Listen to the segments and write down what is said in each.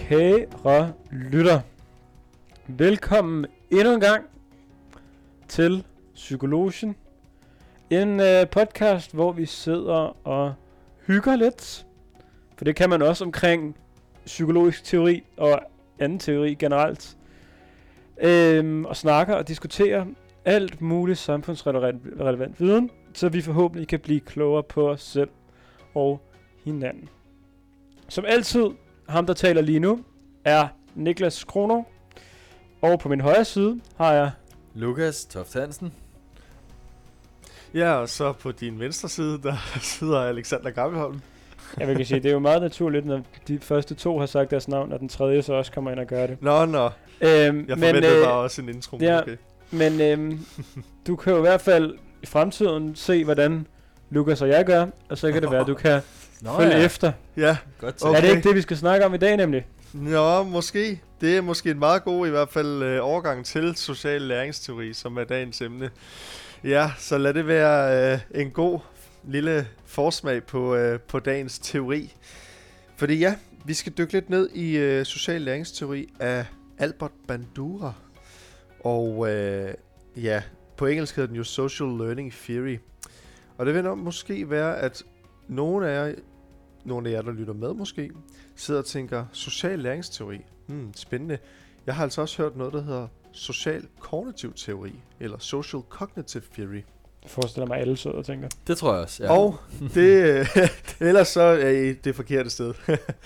Kære lytter, velkommen endnu en gang til Psykologien. En podcast, hvor vi sidder og hygger lidt. For det kan man også omkring psykologisk teori og anden teori generelt. Og snakker og diskuterer alt muligt samfundsrelevant viden, så vi forhåbentlig kan blive klogere på os selv og hinanden. Som altid, ham der taler lige nu, er Niklas Kroner. Og på min højre side har jeg Lukas Toft Hansen. Ja, og så på din venstre side, der sidder Alexander Gammelholm. Jeg vil sige, det er jo meget naturligt, når de første to har sagt deres navn, og den tredje så også kommer ind og gør det. Nå. Jeg forventede bare også en intro, ja, okay. Men du kan jo i hvert fald i fremtiden se, hvordan Lukas og jeg gør, og så kan det være, at du kan følge efter. Ja, godt. Okay. Er det ikke det, vi skal snakke om i dag nemlig? Nå, måske. Det er måske en meget god, i hvert fald, overgang til social læringsteori, som er dagens emne. Ja, så lad det være en god lille forsmag på dagens teori. Fordi ja, vi skal dykke lidt ned i social læringsteori af Albert Bandura. Og ja, på engelsk hedder den jo Social Learning Theory. Og det vil nok måske være, at nogle af jer, der lytter med måske, sidder og tænker, social læringsteori, spændende. Jeg har altså også hørt noget, der hedder social kognitiv teori, eller social cognitive theory. Jeg forestiller mig, alle sidder og tænker. Det tror jeg også, ja. Og det, ellers så er I det forkerte sted.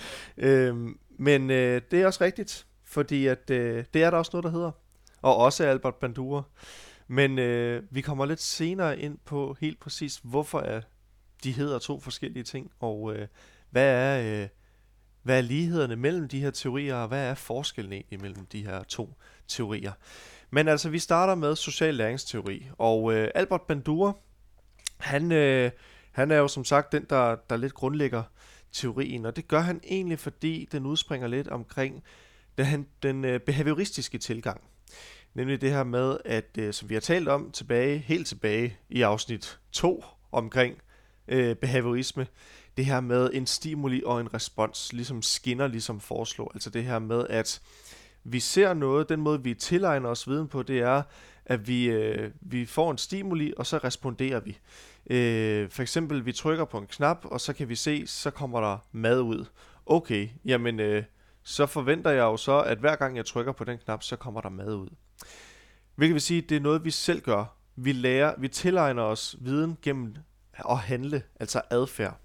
Men det er også rigtigt, fordi at, det er der også noget, der hedder. Og også Albert Bandura. Men vi kommer lidt senere ind på helt præcis, hvorfor de hedder to forskellige ting, og hvad er lighederne mellem de her teorier, og hvad er forskellen egentlig mellem de her to teorier. Men altså, vi starter med social læringsteori, og Albert Bandura, han er jo som sagt den, der lidt grundlægger teorien, og det gør han egentlig, fordi den udspringer lidt omkring den behavioristiske tilgang. Nemlig det her med, at som vi har talt om helt tilbage i afsnit 2 omkring behaviorisme, det her med en stimuli og en respons, ligesom Skinner ligesom foreslår. Altså det her med, at vi ser noget, den måde vi tilegner os viden på, det er, at vi får en stimuli, og så responderer vi. For eksempel, vi trykker på en knap, og så kan vi se, så kommer der mad ud. Okay, jamen så forventer jeg jo så, at hver gang jeg trykker på den knap, så kommer der mad ud. Hvilket vil sige, at det er noget, vi selv gør. Vi tilegner os viden gennem at handle, altså adfærd.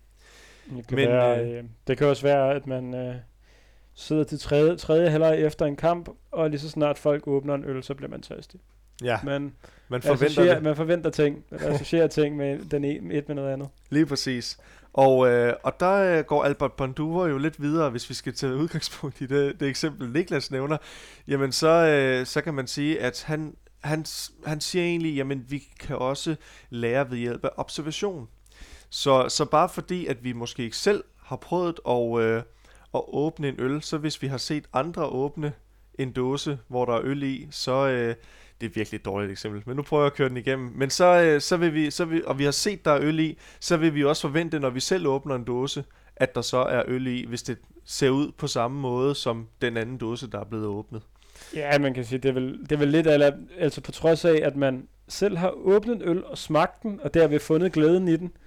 Det kan også være, at man sidder til tredje halvleg efter en kamp, og lige så snart folk åbner en øl, så bliver man tørstig. Ja, man forventer forventer ting, man associerer ting med et med noget andet. Lige præcis. Og der går Albert Bandura jo lidt videre, hvis vi skal tage udgangspunkt i det eksempel, Niklas nævner. Jamen så kan man sige, at han siger egentlig, jamen vi kan også lære ved hjælp af observation. Så bare fordi, at vi måske ikke selv har prøvet at åbne en øl, så hvis vi har set andre åbne en dåse, hvor der er øl i, så det er virkelig et dårligt eksempel, men nu prøver jeg at køre den igennem. Men så vil vi, og vi har set, der er øl i, så vil vi også forvente, når vi selv åbner en dåse, at der så er øl i, hvis det ser ud på samme måde som den anden dåse, der er blevet åbnet. Ja, man kan sige, det er vel lidt, altså på trods af, at man selv har åbnet en øl og smagt den, og derved fundet glæden i den,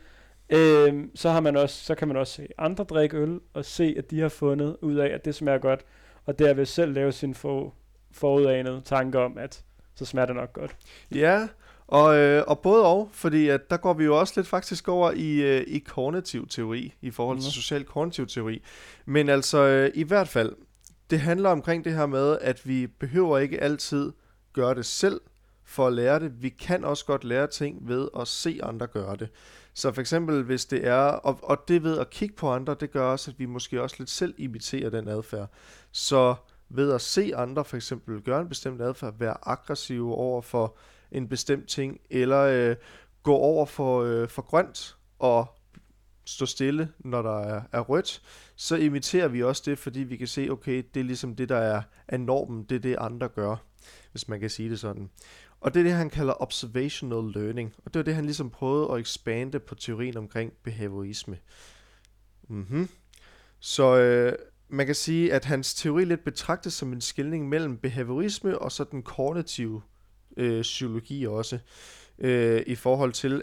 så kan man også se andre drikke øl, og se, at de har fundet ud af, at det smager godt, og derved selv lave sin forudanede tanker om, at så smager det nok godt. Ja, og både og, fordi at der går vi jo også lidt faktisk over i kognitiv teori, i forhold til social kognitiv teori. Men altså i hvert fald, det handler omkring det her med, at vi behøver ikke altid gøre det selv for at lære det. Vi kan også godt lære ting ved at se andre gøre det. Så for eksempel hvis det er, og det ved at kigge på andre, det gør også, at vi måske også lidt selv imiterer den adfærd. Så ved at se andre for eksempel gøre en bestemt adfærd, være aggressive over for en bestemt ting, eller gå over for grønt og stå stille, når der er rødt, så imiterer vi også det, fordi vi kan se, okay, det er ligesom det, der er normen, det er det, andre gør, hvis man kan sige det sådan. Og det er det, han kalder observational learning, og det er det, han ligesom prøvede at ekspande på teorien omkring behaviorisme. Så man kan sige, at hans teori lidt betragtes som en skelning mellem behaviorisme og så den kognitive psykologi også, i forhold til,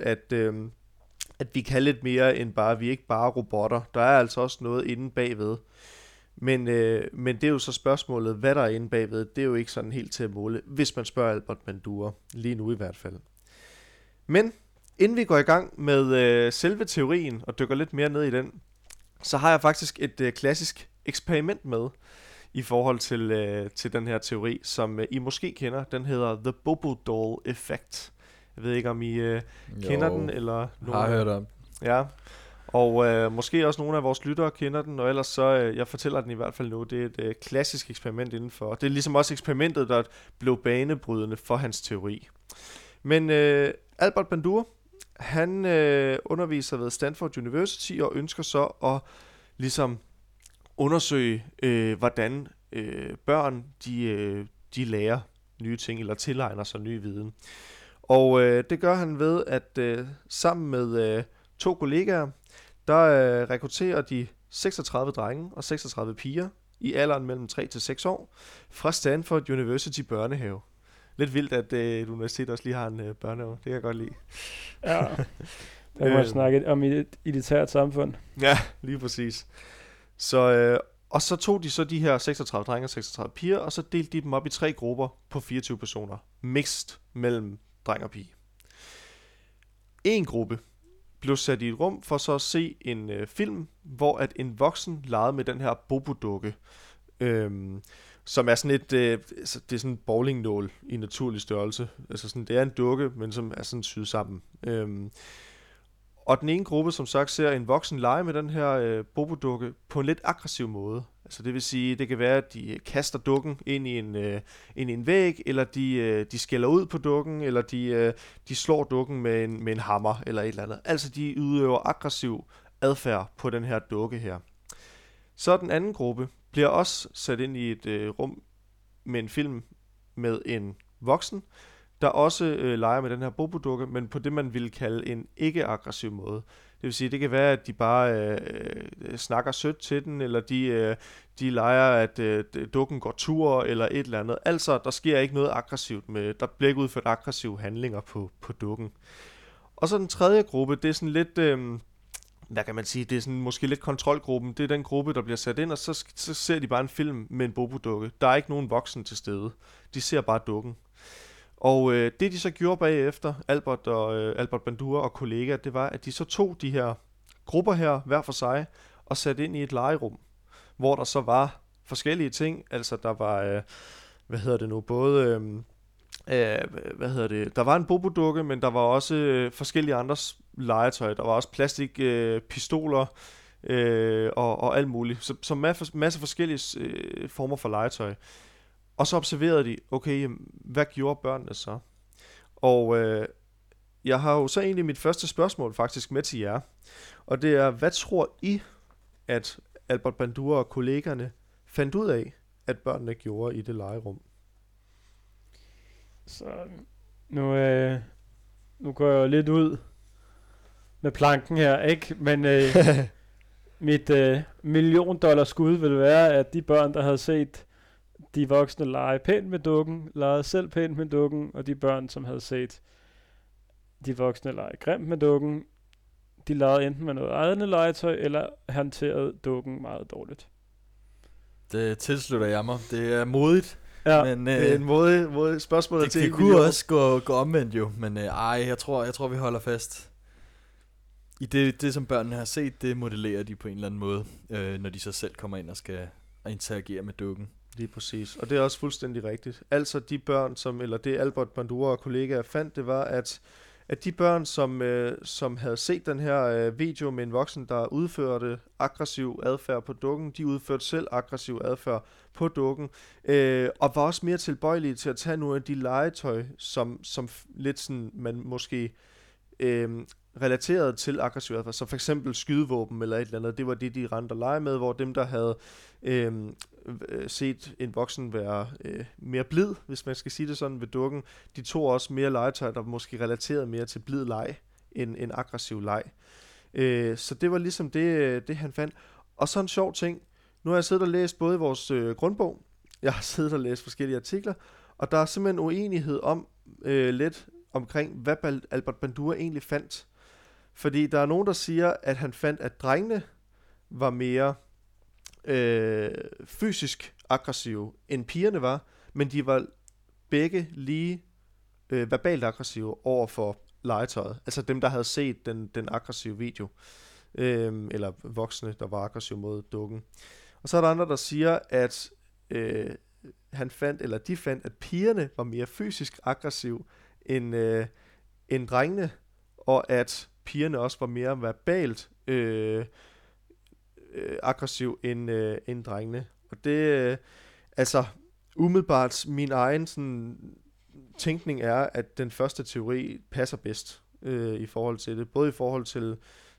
at vi kan lidt mere end bare, vi er ikke bare robotter. Der er altså også noget inde bagved. Men det er jo så spørgsmålet, hvad der er inde bagved, det er jo ikke sådan helt til at måle, hvis man spørger Albert Bandura, lige nu i hvert fald. Men inden vi går i gang med selve teorien og dykker lidt mere ned i den, så har jeg faktisk et klassisk eksperiment med i forhold til den her teori, som I måske kender. Den hedder The Bobo Doll Effect. Jeg ved ikke, om I kender den, eller nogen. Har hørt om. Ja, og måske også nogle af vores lyttere kender den, og ellers så, jeg fortæller den i hvert fald nu, det er et klassisk eksperiment indenfor. Det er ligesom også eksperimentet, der blev banebrydende for hans teori. Men Albert Bandura, han underviser ved Stanford University og ønsker så at ligesom undersøge, hvordan børn de lærer nye ting eller tilegner sig ny viden. Og det gør han ved, at sammen med 2 kollegaer, der rekrutterer de 36 drenge og 36 piger i alderen mellem 3 til 6 år fra Stanford University børnehave. Lidt vildt, at et universitet også lige har en børnehave. Det kan jeg godt lide. Ja, der må man snakke om et elitært samfund. Ja, lige præcis. Så, og så tog de så de her 36 drenge og 36 piger, og så delte de dem op i 3 grupper på 24 personer. Mixed mellem dreng og pige. En gruppe blev sat i et rum for så at se en film, hvor at en voksen legede med den her bobo-dukke, som er sådan et, det er sådan en bowlingnål i naturlig størrelse. Altså sådan, det er en dukke, men som er sådan syet sammen. Og den ene gruppe, som sagt, ser en voksen lege med den her bobo-dukke på en lidt aggressiv måde. Altså det vil sige, det kan være, at de kaster dukken ind i en væg, eller de skælder ud på dukken, eller de slår dukken med en hammer, eller et eller andet. Altså de udøver aggressiv adfærd på den her dukke her. Så den anden gruppe bliver også sat ind i et rum med en film med en voksen, der også leger med den her bobo-dukke, men på det, man ville kalde en ikke-aggressiv måde. Det vil sige, det kan være, at de bare snakker sødt til den, eller de leger, at dukken går tur, eller et eller andet. Altså, der sker ikke noget aggressivt med, der bliver ikke udført aggressive handlinger på dukken. Og så den tredje gruppe, det er sådan lidt, hvad kan man sige, det er sådan måske lidt kontrolgruppen. Det er den gruppe, der bliver sat ind, og så ser de bare en film med en bobo-dukke. Der er ikke nogen voksen til stede. De ser bare dukken. Og det de så gjorde bagefter, Albert Bandura og kollegaer, det var, at de så tog de her grupper her hver for sig og satte ind i et legerum, hvor der så var forskellige ting. Altså der var, der var en bobo-dukke, men der var også forskellige andres legetøj. Der var også plastikpistoler og alt muligt. Så masse forskellige former for legetøj. Og så observerede de, okay, hvad gjorde børnene så? Og jeg har jo så egentlig mit første spørgsmål faktisk med til jer. Og det er, hvad tror I, at Albert Bandura og kollegerne fandt ud af, at børnene gjorde i det legerum? Så nu går jeg jo lidt ud med planken her, ikke? Men mit $1,000,000 skud vil være, at de børn, der havde set de voksne lege pænt med dukken, legede selv pænt med dukken, og de børn, som havde set de voksne lege grimt med dukken, de legede enten med noget eget legetøj, eller håndterede dukken meget dårligt. Det tilslutter jeg mig. Det er modigt. Ja, men, det er en måde spørgsmålet til. Det kunne også gå omvendt jo, men jeg tror vi holder fast. I det som børnene har set, det modellerer de på en eller anden måde, når de så selv kommer ind og skal interagere med dukken. Lige præcis, og det er også fuldstændig rigtigt. Altså de børn, eller det Albert Bandura og kollegaer fandt, det var, at de børn, som havde set den her video med en voksen, der udførte aggressiv adfærd på dukken, de udførte selv aggressiv adfærd på dukken, og var også mere tilbøjelige til at tage nogle af de legetøj, som lidt sådan, man måske relateret til aggressiv adfærd, så for eksempel skydevåben eller et eller andet, det var det, de rendte og lege med, hvor dem, der havde set en voksen være mere blid, hvis man skal sige det sådan, ved dukken, de tog også mere legetøj, der måske relaterede mere til blid leg, end aggressiv leg. Så det var ligesom det han fandt. Og så en sjov ting, Nu har jeg siddet og læst både vores grundbog, jeg har siddet og læst forskellige artikler, og der er simpelthen uenighed om lidt omkring, hvad Albert Bandura egentlig fandt. Fordi der er nogen, der siger, at han fandt, at drengene var mere fysisk aggressive, end pigerne var, men de var begge lige verbalt aggressive over for legetøjet. Altså dem, der havde set den aggressive video. Eller voksne, der var aggressive mod dukken. Og så er der andre, der siger, at de fandt, at pigerne var mere fysisk aggressive end drengene, og at pigerne også var mere verbalt aggressiv end drengene. Og det, altså umiddelbart min egen sådan tænkning er, at den første teori passer bedst i forhold til det. Både i forhold til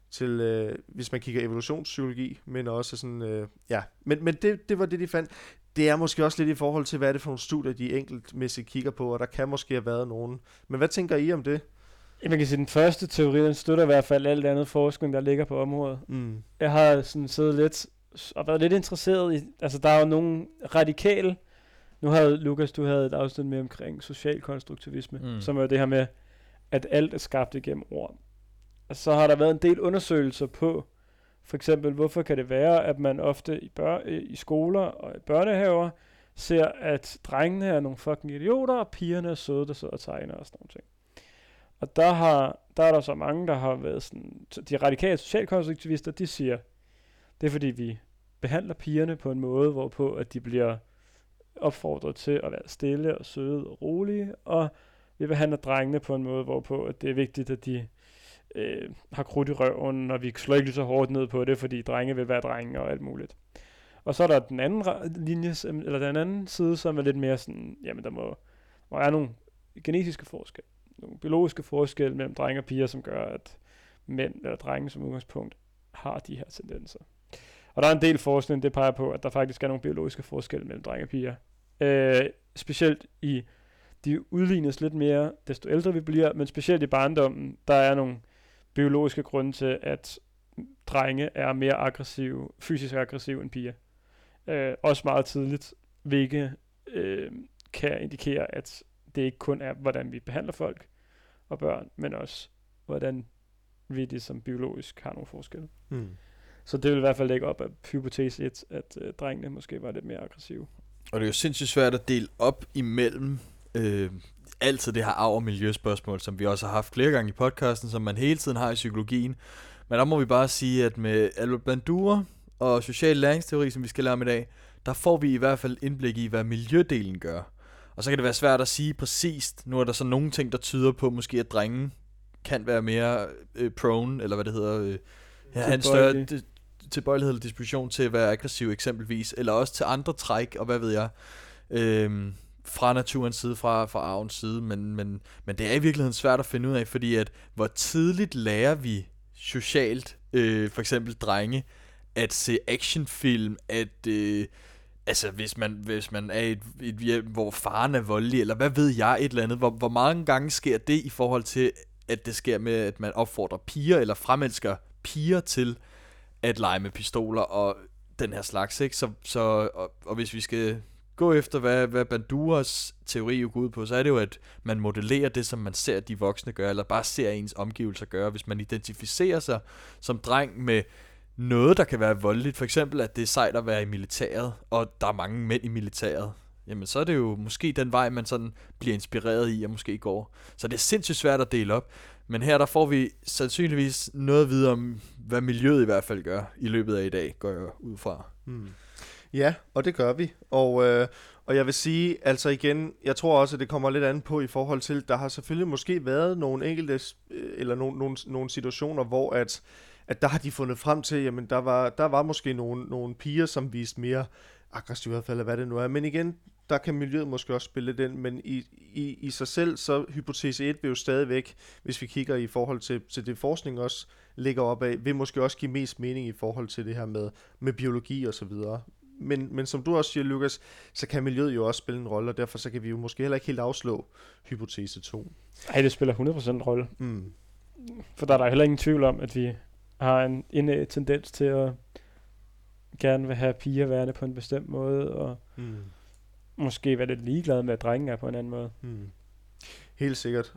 hvis man kigger evolutionspsykologi, men også sådan, Men det var det, de fandt. Det er måske også lidt i forhold til, hvad er det for nogle studier, de enkeltmæssigt kigger på, og der kan måske have været nogen. Men hvad tænker I om det? Man kan sige, den første teori, den støtter i hvert fald alt andet forskning, der ligger på området. Mm. Jeg har sådan siddet lidt og været lidt interesseret i, altså der er jo nogle radikale, nu havde Lukas, du havde et afsnit med omkring social konstruktivisme, som er det her med, at alt er skabt igennem ord. Og så har der været en del undersøgelser på, for eksempel, hvorfor kan det være, at man ofte i skoler og i børnehaver ser, at drengene er nogle fucking idioter, og pigerne er søde, der sidder og tegner og sådan nogle ting. Og der er der så mange, der har været sådan, de radikale socialkonstruktivister, de siger, det er fordi vi behandler pigerne på en måde, hvorpå at de bliver opfordret til at være stille og søde og rolige, og vi behandler drengene på en måde, hvorpå at det er vigtigt, at de har krudt i røven, og vi slår ikke lige så hårdt ned på det, fordi drenge vil være drenge og alt muligt. Og så er der den anden linje, eller den anden side, som er lidt mere sådan, jamen der må være nogle genetiske forskelle, nogle biologiske forskelle mellem drenge og piger, som gør, at mænd eller drenge som udgangspunkt har de her tendenser. Og der er en del forskning, det peger på, at der faktisk er nogle biologiske forskelle mellem drenge og piger. Specielt i, de udlignes lidt mere, desto ældre vi bliver, men specielt i barndommen, der er nogle biologiske grunde til, at drenge er mere aggressive, fysisk aggressive end piger. Også meget tidligt, hvilket kan indikere, at det ikke kun er, hvordan vi behandler folk og børn, men også, hvordan vi det som biologisk har nogle forskelle. Mm. Så det vil i hvert fald lægge op af hypotese 1, at drengene måske var lidt mere aggressive. Og det er jo sindssygt svært at dele op imellem altid det her arv- og miljøspørgsmål, som vi også har haft flere gange i podcasten, som man hele tiden har i psykologien. Men der må vi bare sige, at med Albert Bandura og social læringsteori, som vi skal lære om i dag, der får vi i hvert fald indblik i, hvad miljødelen gør. Og så kan det være svært at sige præcist. Nu er der så nogle ting, der tyder på, måske at drenge kan være mere prone, eller hvad det hedder, have en større tilbøjelighed eller disposition til at være aggressiv eksempelvis, eller også til andre træk, og hvad ved jeg, fra naturens side, fra arvens side, men det er i virkeligheden svært at finde ud af, fordi at hvor tidligt lærer vi socialt, for eksempel drenge, at se actionfilm, at altså hvis man er i et hjem, hvor faren er voldelig, eller hvad ved jeg, et eller andet, hvor mange gange sker det i forhold til, at det sker med, at man opfordrer piger, eller fremelsker piger til at lege med pistoler, og den her slags, ikke? Og hvis vi skal gå efter, hvad Banduras teori jo går ud på, så er det jo, at man modellerer det, som man ser de voksne gøre, eller bare ser ens omgivelser gøre. Hvis man identificerer sig som dreng med noget, der kan være voldeligt, for eksempel at det er sejt at være i militæret, og der er mange mænd i militæret, jamen så er det jo måske den vej, man sådan bliver inspireret i, og måske går. Så det er sindssygt svært at dele op. Men her der får vi sandsynligvis noget at vide om, hvad miljøet i hvert fald gør i løbet af i dag, går jeg ud fra. Ja, og det gør vi. Og jeg vil sige, altså igen, jeg tror også, at det kommer lidt an på i forhold til, der har selvfølgelig måske været nogle enkelte, eller nogle situationer, hvor at der har de fundet frem til, jamen der var måske nogle piger, som viste mere aggressiv i hvert fald, eller hvad det nu er. Men igen, der kan miljøet måske også spille den, men i sig selv, så hypotese 1 vil jo stadigvæk, hvis vi kigger i forhold til det forskning også ligger op af, vil måske også give mest mening i forhold til det her med biologi og så videre. Men som du også siger, Lukas, så kan miljøet jo også spille en rolle, og derfor så kan vi jo måske heller ikke helt afslå hypotese 2. Ej, det spiller 100% rolle. For der er heller ingen tvivl om, at vi har en tendens til at gerne vil have piger værende på en bestemt måde, og måske være lidt ligeglad med, at drenge er på en anden måde. Helt sikkert.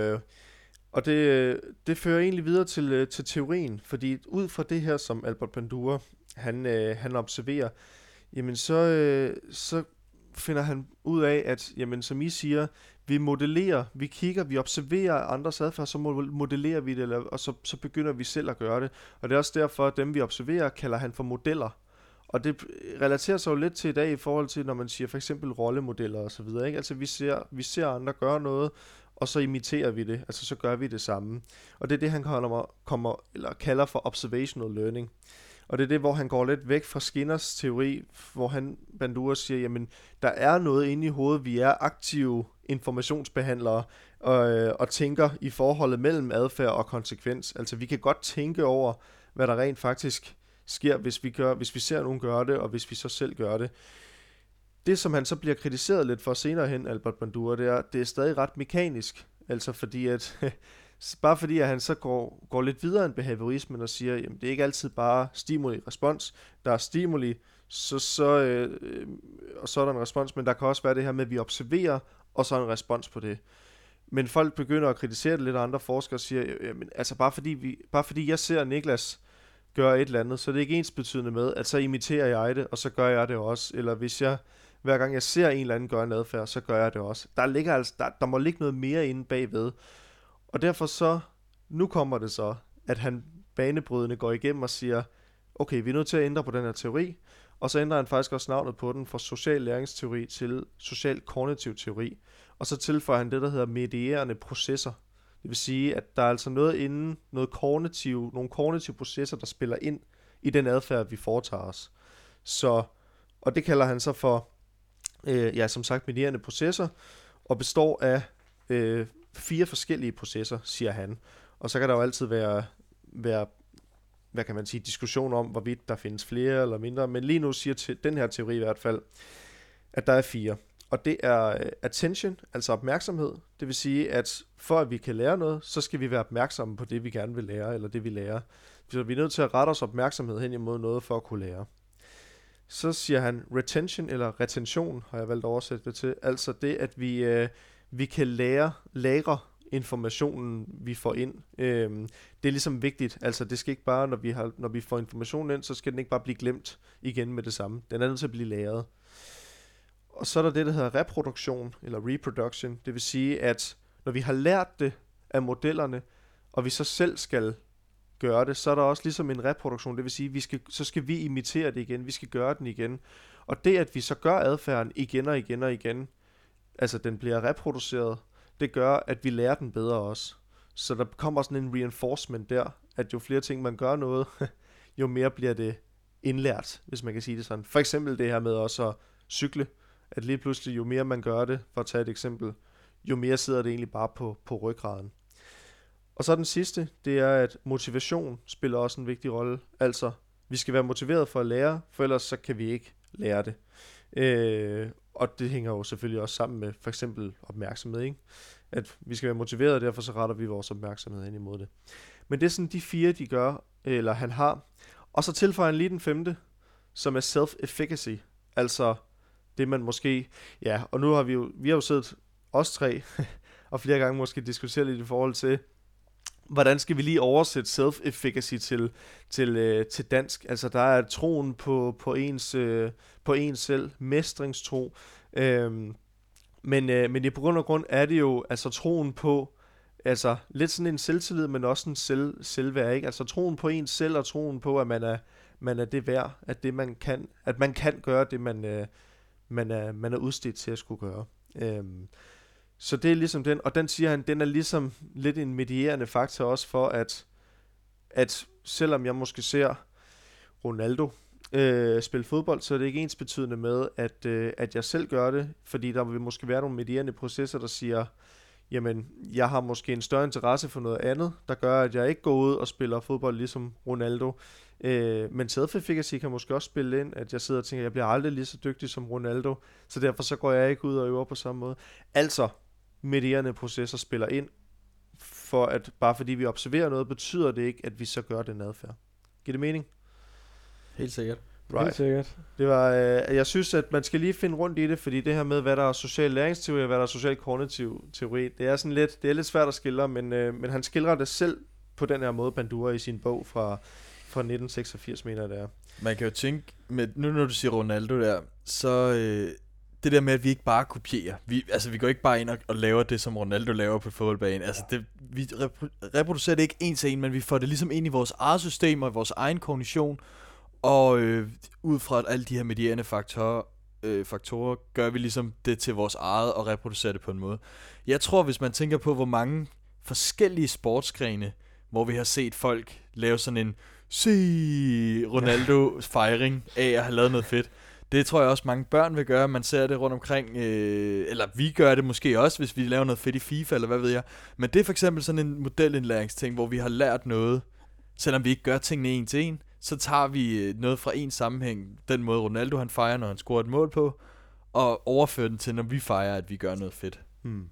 Og det fører egentlig videre til teorien, fordi ud fra det her, som Albert Bandura, han observerer, jamen så finder han ud af, at jamen, som I siger, vi modellerer, vi kigger, vi observerer andres adfærd, så modellerer vi det, og så begynder vi selv at gøre det. Og det er også derfor, at dem vi observerer, kalder han for modeller. Og det relaterer sig jo lidt til i dag i forhold til, når man siger for eksempel rollemodeller og så videre, ikke? Altså vi ser andre gøre noget, og så imiterer vi det, altså så gør vi det samme. Og det er det, han kalder for observational learning. Og det er det, hvor han går lidt væk fra Skinners teori, hvor Bandura siger, jamen, der er noget inde i hovedet, vi er aktive informationsbehandlere, og tænker i forholdet mellem adfærd og konsekvens. Altså vi kan godt tænke over, hvad der rent faktisk sker, hvis vi ser nogen gøre det, og hvis vi så selv gør det. Det, som han så bliver kritiseret lidt for senere hen, Albert Bandura, det er stadig ret mekanisk. Altså fordi fordi at han så går lidt videre end behaviorismen og siger, jamen det er ikke altid bare stimuli-respons. Der er stimuli, og så er der en respons, men der kan også være det her med, at vi observerer, og så en respons på det. Men folk begynder at kritisere det lidt, og andre forskere siger, jamen, altså bare fordi jeg ser Niklas gøre et eller andet, så det er ikke ensbetydende med, at så imiterer jeg det, og så gør jeg det også. Eller hvis hver gang jeg ser en eller anden gøre en adfærd, så gør jeg det også. Der må ligge noget mere inde bagved. Og derfor så, nu kommer det så, at han banebrydende går igennem og siger, okay, vi er nødt til at ændre på den her teori, og så ændrer han faktisk også navnet på den fra social læringsteori til social kognitiv teori. Og så tilføjer han det, der hedder medierende processer. Det vil sige, at der er altså nogle kognitive processer, der spiller ind i den adfærd, vi foretager os. Og det kalder han så for, som sagt, medierende processer, og består af 4 forskellige processer, siger han. Og så kan der jo altid være hvad kan man sige, diskussion om, hvorvidt der findes flere eller mindre, men lige nu siger den her teori i hvert fald, at der er 4. Og det er attention, altså opmærksomhed. Det vil sige, at for at vi kan lære noget, så skal vi være opmærksomme på det, vi gerne vil lære, eller det vi lærer. Så vi er nødt til at rette os opmærksomhed hen imod noget for at kunne lære. Så siger han retention, eller retention, har jeg valgt at oversætte det til. Altså det, at vi kan lagre informationen, vi får ind. Det er ligesom vigtigt. Altså det skal ikke bare, når vi får informationen ind, så skal den ikke bare blive glemt igen med det samme. Den er nødt til at blive lagret. Og så er der det, der hedder reproduktion, eller reproduction. Det vil sige, at når vi har lært det af modellerne, og vi så selv skal gøre det, så er der også ligesom en reproduktion. Det vil sige, så skal vi imitere det igen. Vi skal gøre den igen. Og det, at vi så gør adfærden igen og igen og igen, altså den bliver reproduceret, det gør, at vi lærer den bedre også. Så der kommer sådan en reinforcement der, at jo flere ting man gør noget, jo mere bliver det indlært, hvis man kan sige det sådan. For eksempel det her med også at cykle, at lige pludselig jo mere man gør det, for at tage et eksempel, jo mere sidder det egentlig bare på ryggraden. Og så den sidste, det er, at motivation spiller også en vigtig rolle. Altså, vi skal være motiveret for at lære, for ellers så kan vi ikke lære det. Og det hænger jo selvfølgelig også sammen med for eksempel opmærksomhed, ikke? At vi skal være motiveret, og derfor så retter vi vores opmærksomhed ind imod det. Men det er sådan de 4, de gør, eller han har. Og så tilføjer han lige den 5., som er self-efficacy. Altså det man måske, ja, og nu har vi har jo siddet os 3, og flere gange måske diskuteret lidt i forhold til, hvordan skal vi lige oversætte self-efficacy til dansk? Altså der er troen på ens selv, mestringstro. Men i bund og grund er det jo altså troen på, altså lidt sådan en selvtillid, men også en selvværd, ikke? Altså troen på ens selv, og troen på, at man er det værd, at man kan gøre det, man er udstedt til at skulle gøre. Så det er ligesom den, og den siger han, den er ligesom lidt en medierende faktor også for, at selvom jeg måske ser Ronaldo spille fodbold, så er det ikke ensbetydende med, at jeg selv gør det, fordi der vil måske være nogle medierende processer, der siger, jamen, jeg har måske en større interesse for noget andet, der gør, at jeg ikke går ud og spiller fodbold ligesom Ronaldo. Men self-efficacy kan måske også spille ind, at jeg sidder og tænker, jeg bliver aldrig lige så dygtig som Ronaldo, så derfor så går jeg ikke ud og øver på samme måde. Altså, medierende processer spiller ind, for at bare fordi vi observerer noget, betyder det ikke, at vi så gør den adfærd. Giver det mening? Helt sikkert. Helt sikkert. Det var, jeg synes, at man skal lige finde rundt i det, fordi det her med, hvad der er social læringsteori og hvad der er social kognitiv teori, det er sådan lidt, det er lidt svært at skille, men han skildrer det selv på den her måde, Bandura, i sin bog fra 1986, mener det er. Man kan jo tænke, nu når du siger Ronaldo der, så det der med, at vi ikke bare kopierer. Vi går ikke bare ind og laver det, som Ronaldo laver på fodboldbanen. Altså, vi reproducerer det ikke en til en, men vi får det ligesom ind i vores eget system og vores egen kognition. Og ud fra alle de her medierende faktorer, gør vi ligesom det til vores eget og reproducerer det på en måde. Jeg tror, hvis man tænker på, hvor mange forskellige sportsgrene, hvor vi har set folk lave sådan en Ronaldo-fejring af at have lavet noget fedt. Det tror jeg også mange børn vil gøre. Man ser det rundt omkring, eller vi gør det måske også, hvis vi laver noget fedt i FIFA, eller hvad ved jeg. Men det er for eksempel sådan en modelindlæringsting, hvor vi har lært noget, selvom vi ikke gør tingene en til en, så tager vi noget fra en sammenhæng, den måde Ronaldo han fejrer, når han scorer et mål på, og overfører den til, når vi fejrer, at vi gør noget fedt.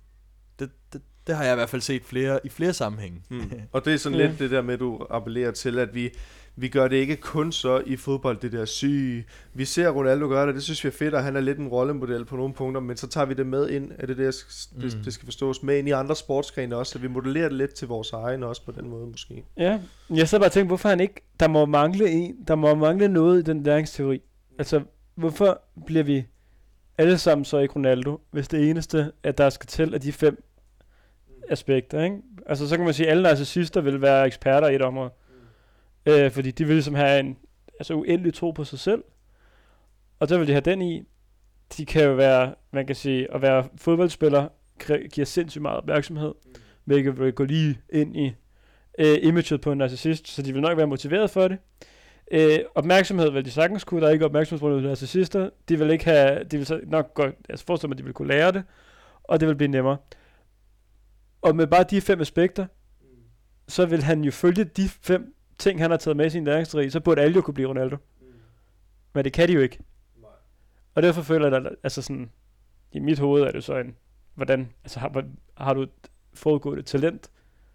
Det har jeg i hvert fald set i flere sammenhænge. Og det er sådan lidt det der med, at du appellerer til, at vi gør det ikke kun så i fodbold, det der syge. Vi ser Ronaldo gøre det synes vi er fedt, og han er lidt en rollemodel på nogle punkter, men så tager vi det med ind, at det skal forstås med ind i andre sportsgrene også, så vi modellerer det lidt til vores egen også på den måde måske. Ja, jeg så bare tænkt, hvorfor han ikke, der må mangle noget i den læringsteori. Altså, hvorfor bliver vi alle sammen så ikke Ronaldo, hvis det eneste, at der skal til, af de 5 aspekter, ikke? Altså, så kan man sige, at alle narcissister vil være eksperter i et område. Fordi de vil ligesom have en uendelig tro på sig selv, og der vil de have den i. De kan jo være, man kan sige, at være fodboldspiller giver sindssygt meget opmærksomhed, hvilket vil gå lige ind i imaget på en narcissist, så de vil nok være motiveret for det. Opmærksomhed vil de sagtens kunne, der er ikke opmærksomhedsproblemer hos narcissister. De vil ikke have, de vil så nok godt, forestille mig, at de vil kunne lære det, og det vil blive nemmere. Og med bare de 5 aspekter, så vil han jo følge de 5 ting, han har taget med i sin læringsteori, så burde alle jo kunne blive Ronaldo. Men det kan de jo ikke. Og derfor føler jeg, altså sådan, i mit hoved er det så en, hvordan, altså har du et forudgående talent,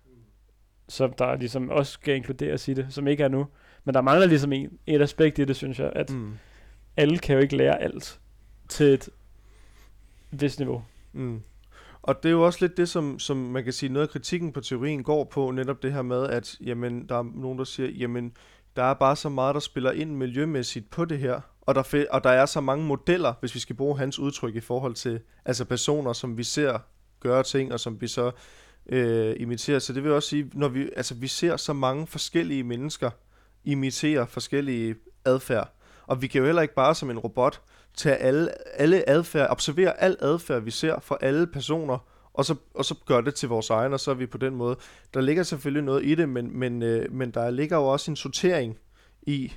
som der ligesom også skal inkluderes i det, som ikke er nu. Men der mangler ligesom et aspekt i det, synes jeg, at alle kan jo ikke lære alt til et vist niveau. Og det er jo også lidt det, som man kan sige, noget af kritikken på teorien går på, netop det her med, at jamen, der er nogen, der siger, jamen, der er bare så meget, der spiller ind miljømæssigt på det her, og der er så mange modeller, hvis vi skal bruge hans udtryk i forhold til altså personer, som vi ser gøre ting, og som vi så imiterer. Så det vil også sige, når vi ser så mange forskellige mennesker imitere forskellige adfærd, og vi kan jo heller ikke bare som en robot tage alle adfærd, observere al adfærd, vi ser fra alle personer, og så gør det til vores egen, og så er vi på den måde. Der ligger selvfølgelig noget i det, men der ligger jo også en sortering i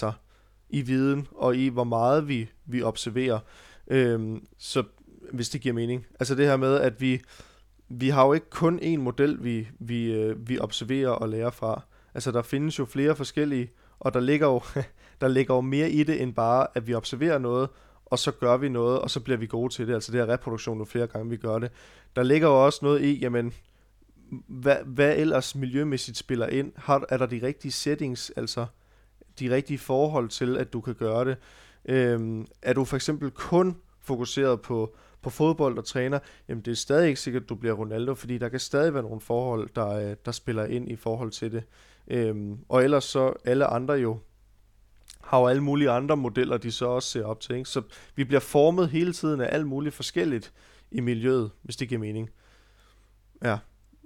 viden, og i hvor meget vi observerer. Så hvis det giver mening. Altså det her med, at vi har jo ikke kun én model, vi observerer og lærer fra. Altså der findes jo flere forskellige, og der ligger jo mere i det, end bare, at vi observerer noget, og så gør vi noget, og så bliver vi gode til det. Altså det her reproduktion, jo flere gange vi gør det. Der ligger jo også noget i, jamen, hvad ellers miljømæssigt spiller ind? Er der de rigtige settings, altså de rigtige forhold til, at du kan gøre det? Er du for eksempel kun fokuseret på fodbold og træner? Jamen det er stadig ikke sikkert, at du bliver Ronaldo, fordi der kan stadig være nogle forhold, der spiller ind i forhold til det. Og ellers så alle andre jo har jo alle mulige andre modeller, de så også ser op til, ikke? Så vi bliver formet hele tiden af alt muligt forskelligt i miljøet, hvis det giver mening. Ja.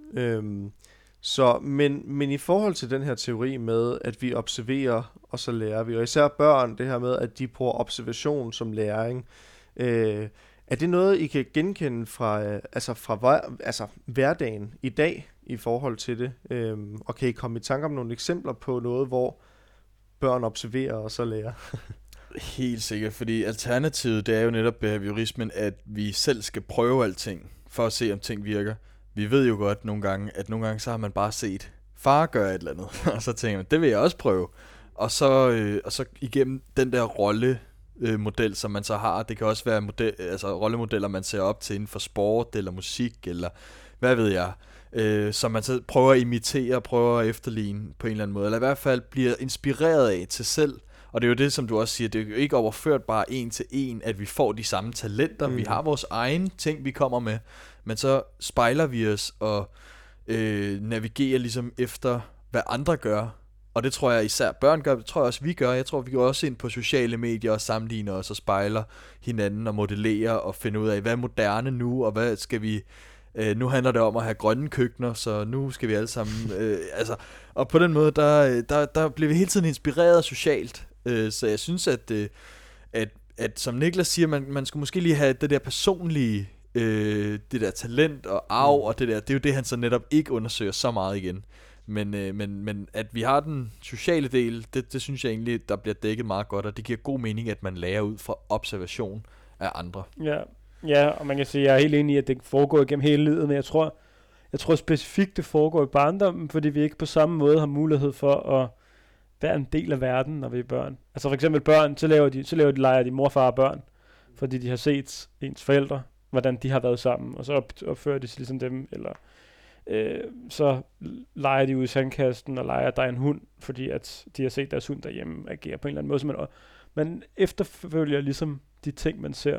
Men i forhold til den her teori med, at vi observerer, og så lærer vi, og især børn, det her med, at de bruger observation som læring, er det noget, I kan genkende fra hverdagen i dag i forhold til det? Og kan I komme i tanke om nogle eksempler på noget, hvor børn observerer og så lærer? Helt sikkert, fordi alternativet, det er jo netop behaviorismen, at vi selv skal prøve alting, for at se, om ting virker. Vi ved jo godt nogle gange så har man bare set far gøre et eller andet, og så tænker man, det vil jeg også prøve. Og så igennem den der rollemodel, som man så har, det kan også være rollemodeller, man ser op til inden for sport, eller musik, eller hvad ved jeg, som man så prøver at imitere, prøver at efterligne på en eller anden måde, eller i hvert fald bliver inspireret af til selv Og det er jo det, som du også siger, det er jo ikke overført bare en til en, at vi får de samme talenter. Vi har vores egen ting, vi kommer med, men så spejler vi os og navigerer ligesom efter, hvad andre gør. Og det tror jeg især børn gør, det tror jeg også vi gør. Jeg tror vi går også ind på sociale medier og sammenligner os og spejler hinanden og modellerer og finder ud af, hvad er moderne nu, og hvad skal vi... Nu handler det om at have grønne køkkener, så nu skal vi alle sammen... og på den måde, der bliver vi hele tiden inspireret socialt. Så jeg synes, at som Niklas siger, man skulle måske lige have det der personlige, det der talent og arv og det der. Det er jo det, han så netop ikke undersøger så meget igen. Men at vi har den sociale del, det synes jeg egentlig, der bliver dækket meget godt, og det giver god mening, at man lærer ud fra observation af andre. Ja, og man kan sige, at jeg er helt enig i, at det foregår igennem hele livet, men jeg tror specifikt, det foregår i barndommen, fordi vi ikke på samme måde har mulighed for at være en del af verden, når vi er børn. Altså for eksempel børn, så leger de mor, far og børn, fordi de har set ens forældre, hvordan de har været sammen, og så opfører de sig ligesom dem, eller så leger de ud i sandkasten og leger, at der er en hund, fordi at de har set deres hund derhjemme agere på en eller anden måde, så man efterfølger ligesom de ting, man ser.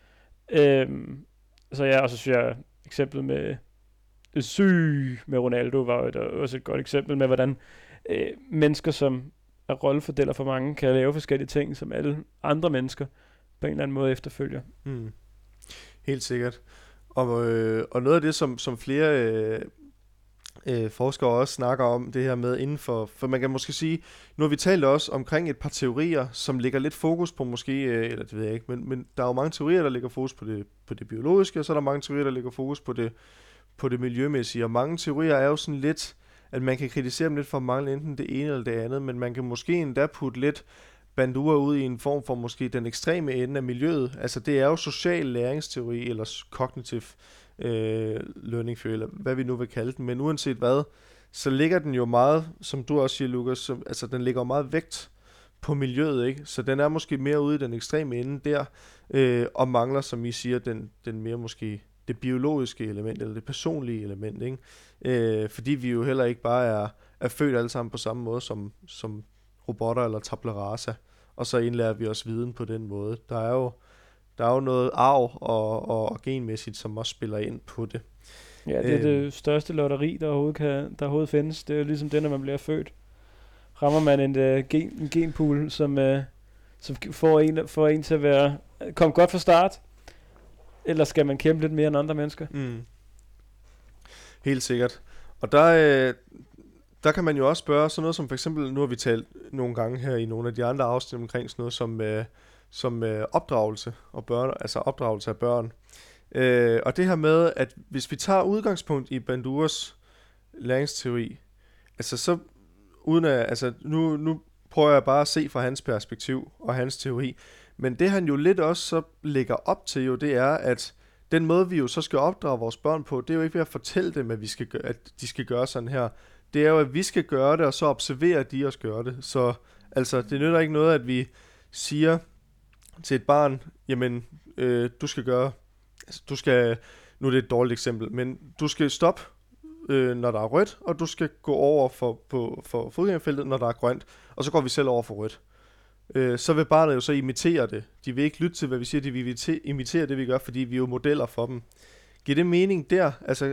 Så ja, og så synes jeg eksemplet med syg med Ronaldo var jo også et godt eksempel med, hvordan mennesker, som er rollefordeler for mange, kan lave forskellige ting, som alle andre mennesker på en eller anden måde efterfølger. Helt sikkert. Og noget af det, som flere forskere også snakker om, det her med inden for man kan måske sige, nu har vi talt også omkring et par teorier, som lægger lidt fokus på måske, eller det ved jeg ikke, men der er jo mange teorier, der lægger fokus på det biologiske, og så er der mange teorier, der lægger fokus på det miljømæssige, og mange teorier er jo sådan lidt, at man kan kritisere dem lidt for at mangle enten det ene eller det andet, men man kan måske endda putte lidt Bandura ud i en form for måske den ekstreme ende af miljøet. Altså det er jo social læringsteori, eller cognitive learning theory, eller hvad vi nu vil kalde den, men uanset hvad, så ligger den jo meget, som du også siger, Lukas, altså den ligger meget vægt på miljøet, ikke? Så den er måske mere ude i den ekstreme ende der, og mangler, som I siger, den mere måske det biologiske element, eller det personlige element, ikke? Fordi vi jo heller ikke bare er født alle sammen på samme måde som robotter eller tabula rasa, og så indlærer vi os viden på den måde. Der er jo noget arv og genmæssigt, som også spiller ind på det. Ja, det er det største lotteri, der overhovedet findes. Det er jo ligesom det, når man bliver født. Rammer man en genpool, som får en til at komme godt fra start, eller skal man kæmpe lidt mere end andre mennesker? Helt sikkert. Og der kan man jo også spørge sådan noget som for eksempel, nu har vi talt nogle gange her i nogle af de andre afsnit omkring sådan noget som opdragelse og børn, altså opdragelse af børn. Og det her med, at hvis vi tager udgangspunkt i Banduras læringsteori, altså så uden at, altså nu prøver jeg bare at se fra hans perspektiv og hans teori, men det han jo lidt også så lægger op til jo, det er, at den måde vi jo så skal opdrage vores børn på, det er jo ikke ved at fortælle dem, at de skal gøre sådan her. Det er jo, at vi skal gøre det, og så observerer de os gøre det. Så altså, det nytter ikke noget, at vi siger til et barn, jamen, du skal gøre, altså, nu er det et dårligt eksempel, men du skal stoppe, når der er rødt, og du skal gå over for fodgængerfeltet, når der er grønt, og så går vi selv over for rødt. Så vil barnet jo så imitere det. De vil ikke lytte til, hvad vi siger, de vil imitere det, vi gør, fordi vi er jo modeller for dem. Giver det mening der,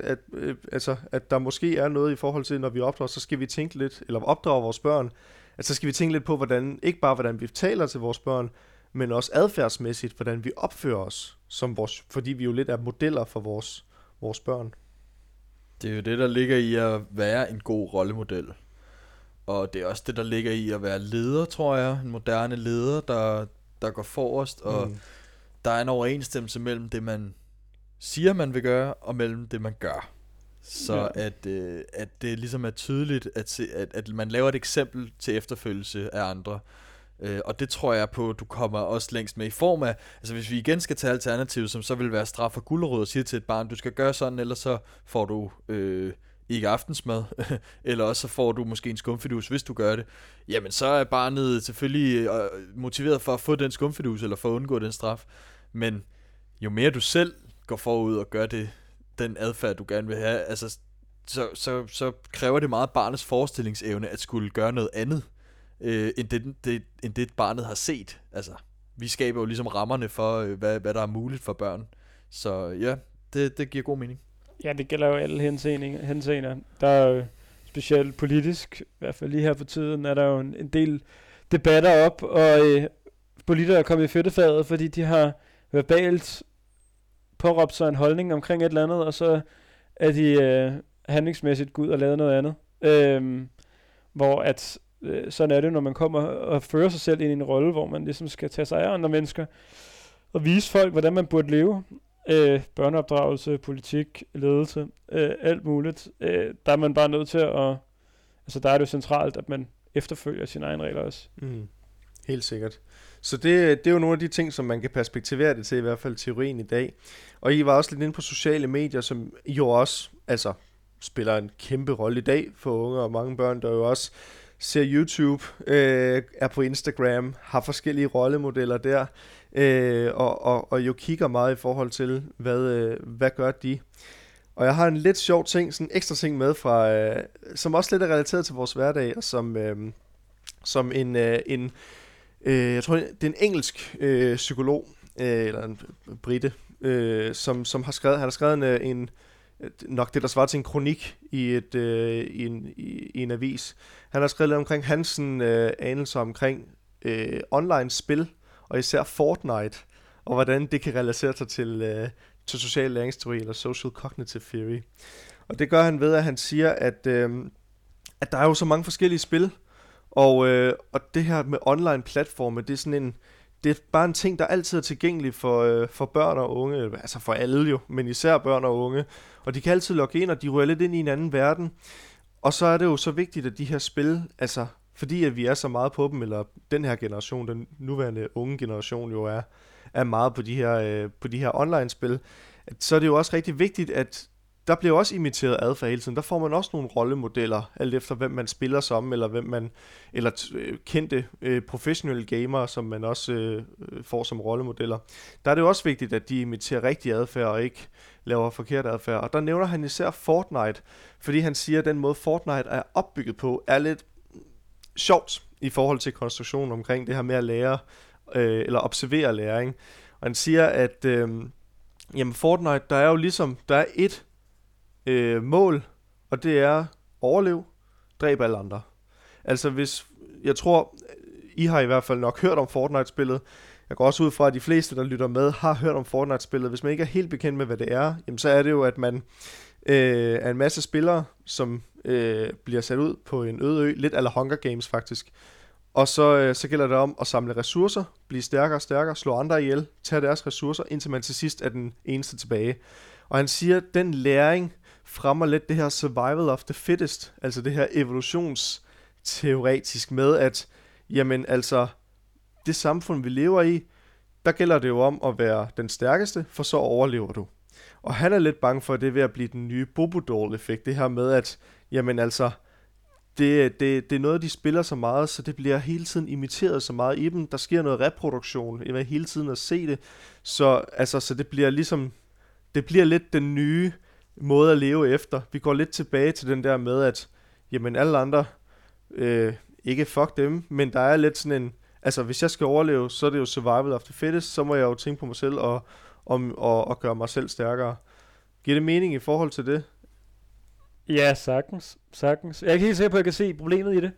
at der måske er noget i forhold til, når vi opdrager, så skal vi tænke lidt, eller opdrage vores børn, så skal vi tænke lidt på, ikke bare hvordan vi taler til vores børn, men også adfærdsmæssigt, hvordan vi opfører os, fordi vi jo lidt er modeller for vores børn. Det er jo det, der ligger i at være en god rollemodel. Og det er også det, der ligger i at være leder, tror jeg. En moderne leder, der går forrest, og der er en overensstemmelse mellem det, man siger, man vil gøre, og mellem det, man gør. Så at det ligesom er tydeligt, at man laver et eksempel til efterfølgelse af andre. Og det tror jeg på, du kommer også længst med i form af, altså hvis vi igen skal tage alternativet, som så vil være straf og gulerod og sige til et barn, du skal gøre sådan, ellers så får du ikke aftensmad, eller også så får du måske en skumfidus, hvis du gør det, jamen så er barnet selvfølgelig motiveret for at få den skumfidus, eller for at undgå den straf. Men jo mere du selv går forud og gør den adfærd, du gerne vil have, altså så kræver det meget barnets forestillingsevne at skulle gøre noget andet. end det barnet har set. Altså, vi skaber jo ligesom rammerne for, hvad der er muligt for børn. Så ja, det giver god mening. Ja, det gælder jo alle henseender. Der er jo specielt politisk, i hvert fald lige her for tiden, er der jo en del debatter op, og politikere er kommet i flyttefaget, fordi de har verbalt påråbt sig en holdning omkring et eller andet, og så er de handlingsmæssigt gået ud og lavet noget andet. Hvor at sådan er det, når man kommer og fører sig selv ind i en rolle, hvor man ligesom skal tage sig af andre mennesker, og vise folk, hvordan man burde leve. Børneopdragelse, politik, ledelse, alt muligt. Der er man bare nødt til at... Altså, der er det jo centralt, at man efterfølger sine egne regler også. Helt sikkert. Så det er jo nogle af de ting, som man kan perspektivere det til, i hvert fald teorien i dag. Og I var også lidt inde på sociale medier, som jo også spiller en kæmpe rolle i dag for unge og mange børn, der jo også ser YouTube, er på Instagram, har forskellige rollemodeller der, og jo kigger meget i forhold til, hvad gør de. Og jeg har en lidt sjov ting, sådan en ekstra ting med fra, som også lidt er relateret til vores hverdag, og som en jeg tror det er en engelsk psykolog, eller en brite, som har skrevet en nok det der svarer til en kronik i en avis. Han har skrevet lidt omkring hans anelser omkring online spil, og især Fortnite, og hvordan det kan relatere sig til social læringsteori eller social cognitive theory. Og det gør han ved, at han siger, at der er jo så mange forskellige spil, og det her med online platforme, det er sådan det er bare en ting, der altid er tilgængelig for børn og unge, altså for alle jo, men især børn og unge, og de kan altid logge ind, og de rører lidt ind i en anden verden, og så er det jo så vigtigt, at de her spil, altså fordi at vi er så meget på dem, eller den her generation, den nuværende unge generation jo er meget på de her online-spil, så er det jo også rigtig vigtigt, at der bliver også imiteret adfærd hele tiden. Der får man også nogle rollemodeller, alt efter hvem man spiller som, eller kendte professionelle gamere, som man også får som rollemodeller. Der er det jo også vigtigt, at de imiterer rigtig adfærd og ikke laver forkert adfærd. Og der nævner han især Fortnite, fordi han siger, at den måde Fortnite er opbygget på, er lidt sjovt i forhold til konstruktionen omkring det her med at lære, eller observere læring. Og han siger, at jamen Fortnite, der er jo ligesom, der er et mål, og det er overleve, dræbe alle andre. Altså jeg tror, I har i hvert fald nok hørt om Fortnite-spillet. Jeg går også ud fra, at de fleste, der lytter med, har hørt om Fortnite-spillet. Hvis man ikke er helt bekendt med, hvad det er, jamen så er det jo, at man er en masse spillere, som bliver sat ud på en øde ø, lidt a la Hunger Games faktisk. Og så gælder det om at samle ressourcer, blive stærkere og stærkere, slå andre ihjel, tage deres ressourcer, indtil man til sidst er den eneste tilbage. Og han siger, at den læring fremmer lidt det her survival of the fittest, altså det her evolutionsteoretisk med, at jamen altså, det samfund vi lever i, der gælder det jo om at være den stærkeste, for så overlever du. Og han er lidt bange for, at det er ved at blive den nye Bobodol-effekt, det her med, at jamen altså, det er noget, de spiller så meget, så det bliver hele tiden imiteret så meget i dem. Der sker noget reproduktion, jeg vil hele tiden at se det, så det bliver ligesom, det bliver lidt den nye måde at leve efter. Vi går lidt tilbage til den der med, at jamen alle andre, ikke fuck dem, men der er lidt sådan en, altså hvis jeg skal overleve, så er det jo survival of the fittest, så må jeg jo tænke på mig selv og gøre mig selv stærkere. Giver det mening i forhold til det? Ja, sagtens. Jeg er ikke helt sikker på, at jeg kan se problemet i det.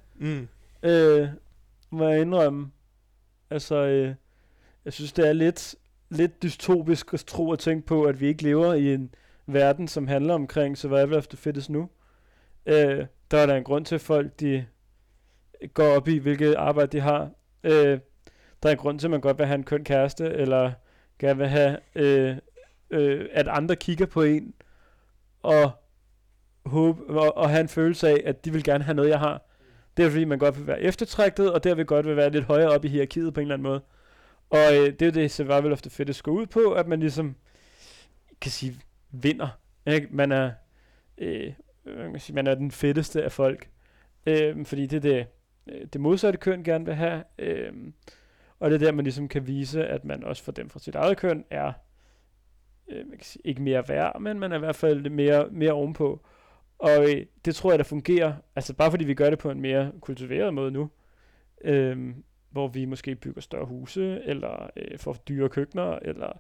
Må jeg indrømme. Altså, jeg synes, det er lidt dystopisk at tro og tænke på, at vi ikke lever i en verden, som handler omkring survival of the fittest nu. Der er der en grund til, at folk de går op i, hvilket arbejde de har. Der er en grund til, at man godt vil have en køn kæreste, eller gerne vil have, at andre kigger på en, og have en følelse af, at de vil gerne have noget, jeg har. Det er fordi, man godt vil være eftertragtet, og derved godt vil være lidt højere op i hierarkiet på en eller anden måde. Og det er jo det, survival of the fittest går ud på, at man ligesom kan sige, vinder. Ikke? Man er den fetteste af folk. Fordi det er det modsatte køn gerne vil have. Og det er der, man ligesom kan vise, at man også for dem fra sit eget køn er man kan sige, ikke mere værd, men man er i hvert fald mere ovenpå. Og det tror jeg, der fungerer, altså bare fordi vi gør det på en mere kultiveret måde nu, hvor vi måske bygger større huse, eller får dyre køkkener, eller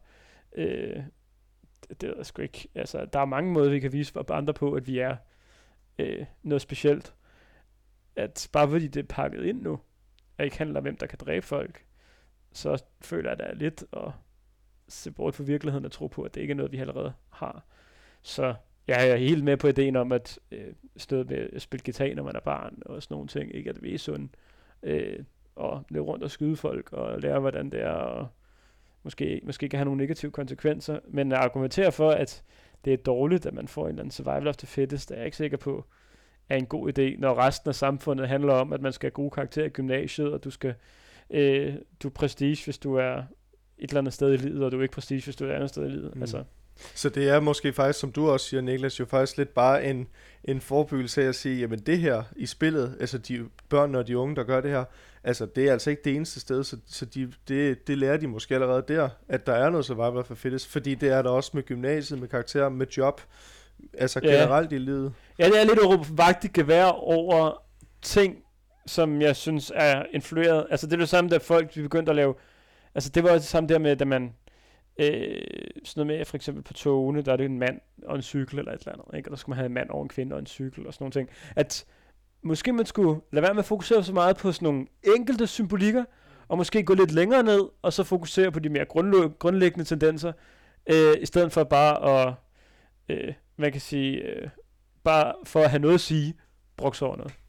det er sgu ikke, altså der er mange måder, vi kan vise for andre på, at vi er noget specielt. At bare fordi det er pakket ind nu, at ikke handler om, hvem der kan dræbe folk, så føler jeg, at der er lidt at se bort fra virkeligheden og tro på, at det ikke er noget, vi allerede har. Så jeg er helt med på ideen om, at stedet med at spille guitar, når man er barn, og sådan nogle ting, ikke at det er sundt, og løbe rundt og skyde folk, og lære, hvordan det er, og måske kan have nogle negative konsekvenser, men at argumentere for, at det er dårligt, at man får en eller anden survival of the fittest, er jeg ikke sikker på, er en god idé, når resten af samfundet handler om, at man skal have gode karakterer i gymnasiet, og du er prestige, hvis du er et eller andet sted i livet, og du er ikke prestige, hvis du er et andet sted i livet. Altså. Så det er måske faktisk, som du også siger, Niklas, jo faktisk lidt bare en forebyggelse af at sige, jamen det her i spillet, altså de børn og de unge, der gør det her, altså det er altså ikke det eneste sted, så det lærer de måske allerede der, at der er noget survival for fittest, fordi det er der også med gymnasiet, med karakterer, med job, altså generelt i livet. Ja, det er lidt at råbe vagt i gevær over ting, som jeg synes er influeret. Altså det er det samme, da folk begyndte at lave, altså det var det samme der med, da man sådan noget med, for eksempel på togene, der er det en mand og en cykel eller et eller andet, ikke? Og der skulle man have en mand og en kvinde og en cykel og sådan nogle ting. At måske man skulle lade være med at fokusere så meget på sådan nogle enkelte symbolikker, og måske gå lidt længere ned, og så fokusere på de mere grundlæggende tendenser, i stedet for bare at, man kan sige, bare for at have noget at sige, brokse over noget.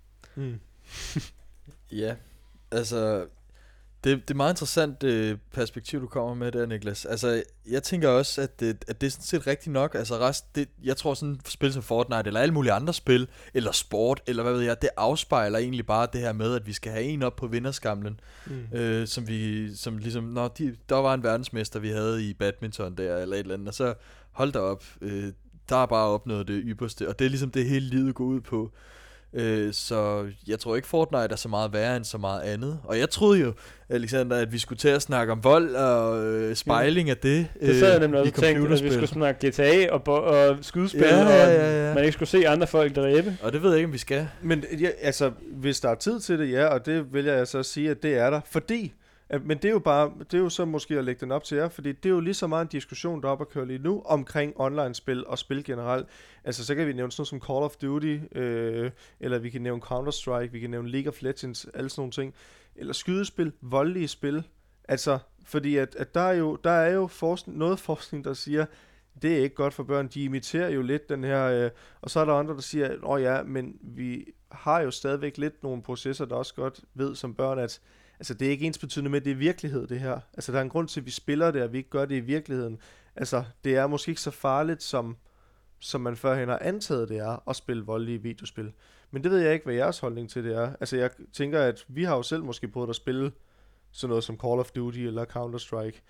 Ja, altså det er meget interessant perspektiv, du kommer med der, Niklas. Altså, jeg tænker også, at det er sådan set rigtigt nok. Altså, jeg tror sådan et spil som Fortnite, eller alle mulige andre spil, eller sport, eller hvad ved jeg, det afspejler egentlig bare det her med, at vi skal have en op på vinderskamlen, som ligesom, der var en verdensmester, vi havde i badminton der, eller et eller andet, og så hold da op, der er bare opnået det ypperste, og det er ligesom det hele livet går ud på. Så jeg tror ikke Fortnite er så meget værre end så meget andet. Og jeg troede jo, Alexander, at vi skulle til at snakke om vold og spejling af det. Det sad jeg nemlig også tænkt, at vi skulle snakke GTA og skydespil, og man ikke skulle se andre folk dræbe. Og det ved jeg ikke, om vi skal. Men altså, hvis der er tid til det, ja, og det vil jeg så sige, at det er der. Fordi, men det er jo så måske at lægge den op til jer, fordi det er jo lige så meget en diskussion, der er oppe at køre lige nu, omkring online-spil og spil generelt. Altså, så kan vi nævne sådan noget som Call of Duty, eller vi kan nævne Counter-Strike, vi kan nævne League of Legends, alle sådan nogle ting. Eller skydespil, voldelige spil. Altså, fordi at der er jo noget forskning, der siger, det er ikke godt for børn. De imiterer jo lidt den her, og så er der andre, der siger, men vi har jo stadigvæk lidt nogle processer, der også godt ved som børn, at altså, det er ikke ensbetydende med, at det er virkelighed, det her. Altså, der er en grund til, at vi spiller det, og vi ikke gør det i virkeligheden. Altså, det er måske ikke så farligt, som man førhen har antaget, det er at spille voldelige videospil. Men det ved jeg ikke, hvad jeres holdning til det er. Altså, jeg tænker, at vi har jo selv måske prøvet at spille sådan noget som Call of Duty eller Counter-Strike.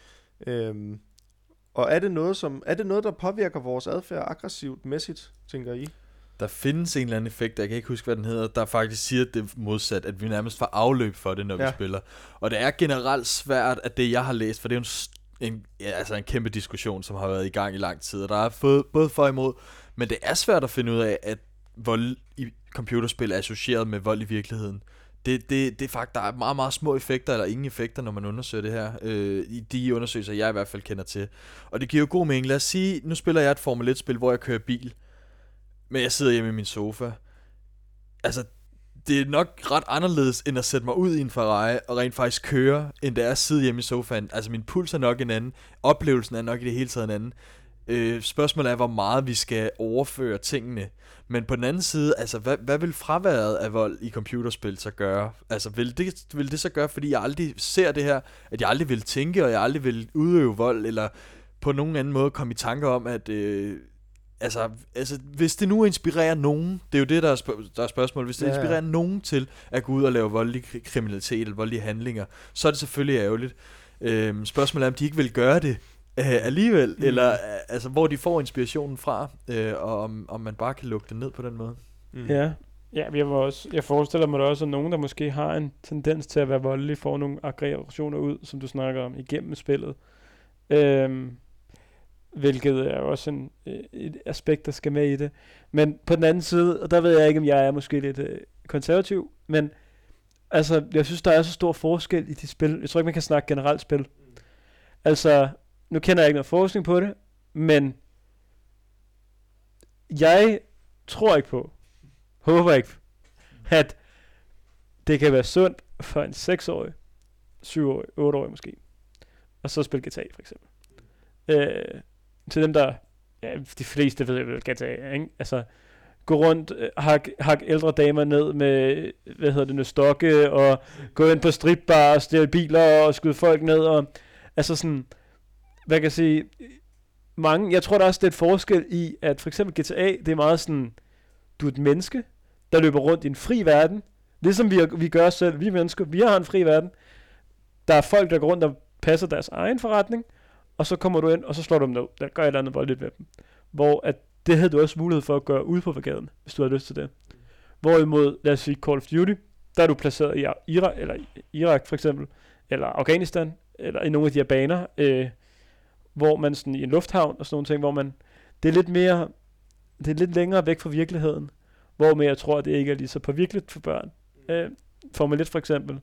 Og er det noget, der påvirker vores adfærd aggressivt mæssigt, tænker I? Der findes en eller anden effekt, jeg kan ikke huske, hvad den hedder, der faktisk siger det modsat, at vi nærmest får afløb for det, når vi spiller. Og det er generelt svært, at det jeg har læst, for det er jo en kæmpe diskussion, som har været i gang i lang tid, og der er både for og imod, men det er svært at finde ud af, at vold i computerspil er associeret med vold i virkeligheden. Det er faktisk, der er meget, meget små effekter, eller ingen effekter, når man undersøger det her, i de undersøgelser, jeg i hvert fald kender til. Og det giver jo god mening. Lad os sige, nu spiller jeg et Formel 1-spil, hvor jeg kører bil, men jeg sidder hjemme i min sofa. Altså, det er nok ret anderledes, end at sætte mig ud i en Ferrari og rent faktisk køre, end det er at sidde hjemme i sofaen. Altså, min puls er nok en anden. Oplevelsen er nok i det hele taget en anden. Spørgsmålet er, hvor meget vi skal overføre tingene. Men på den anden side, altså, hvad vil fraværet af vold i computerspil så gøre? Altså, vil det så gøre, fordi jeg aldrig ser det her, at jeg aldrig vil tænke, og jeg aldrig vil udøve vold, eller på nogen anden måde komme i tanke om, at Altså, hvis det nu inspirerer nogen, det er jo det, der er spørgsmålet, hvis det inspirerer nogen til at gå ud og lave voldelig kriminalitet eller voldelige handlinger, så er det selvfølgelig ærgerligt. Spørgsmålet er, om de ikke vil gøre det alligevel, eller altså, hvor de får inspirationen fra, og om man bare kan lukke det ned på den måde. Ja, jeg forestiller mig da også, at nogen, der måske har en tendens til at være voldelig, får nogle aggressioner ud, som du snakker om, igennem spillet. Hvilket er også et aspekt, der skal med i det. Men på den anden side, og der ved jeg ikke, om jeg er måske lidt konservativ, men Altså, jeg synes, der er så stor forskel i de spil. Jeg tror ikke, man kan snakke generelt spil. Altså, nu kender jeg ikke noget forskning på det, men jeg tror ikke på, håber ikke, at det kan være sundt for en 6-årig, 7-årig, 8-årig måske, og så spille GTA for eksempel. Til dem, der, ja, de fleste ved vel GTA, ikke? Altså, gå rundt, hak ældre damer ned med, stokke, og gå ind på stripbar og stjæle biler og skyde folk ned, og altså sådan, hvad kan jeg sige, jeg tror der også, det er et forskel i, at for eksempel GTA, det er meget sådan, du er et menneske, der løber rundt i en fri verden, ligesom vi gør os selv, vi mennesker, vi har en fri verden, der er folk, der går rundt og passer deres egen forretning, og så kommer du ind, og så slår du dem ned, der gør et eller andet voldeligt ved dem, hvor at det havde du også mulighed for at gøre ude på gaden, hvis du havde lyst til det. Hvorimod, lad os sige Call of Duty, der er du placeret i Irak for eksempel, eller Afghanistan, eller i nogle af de her baner, hvor man sådan i en lufthavn og sådan nogle ting, hvor man, det er lidt længere væk fra virkeligheden, hvor jeg tror, at det ikke er lige så påvirkeligt for børn. Formel 1 for eksempel,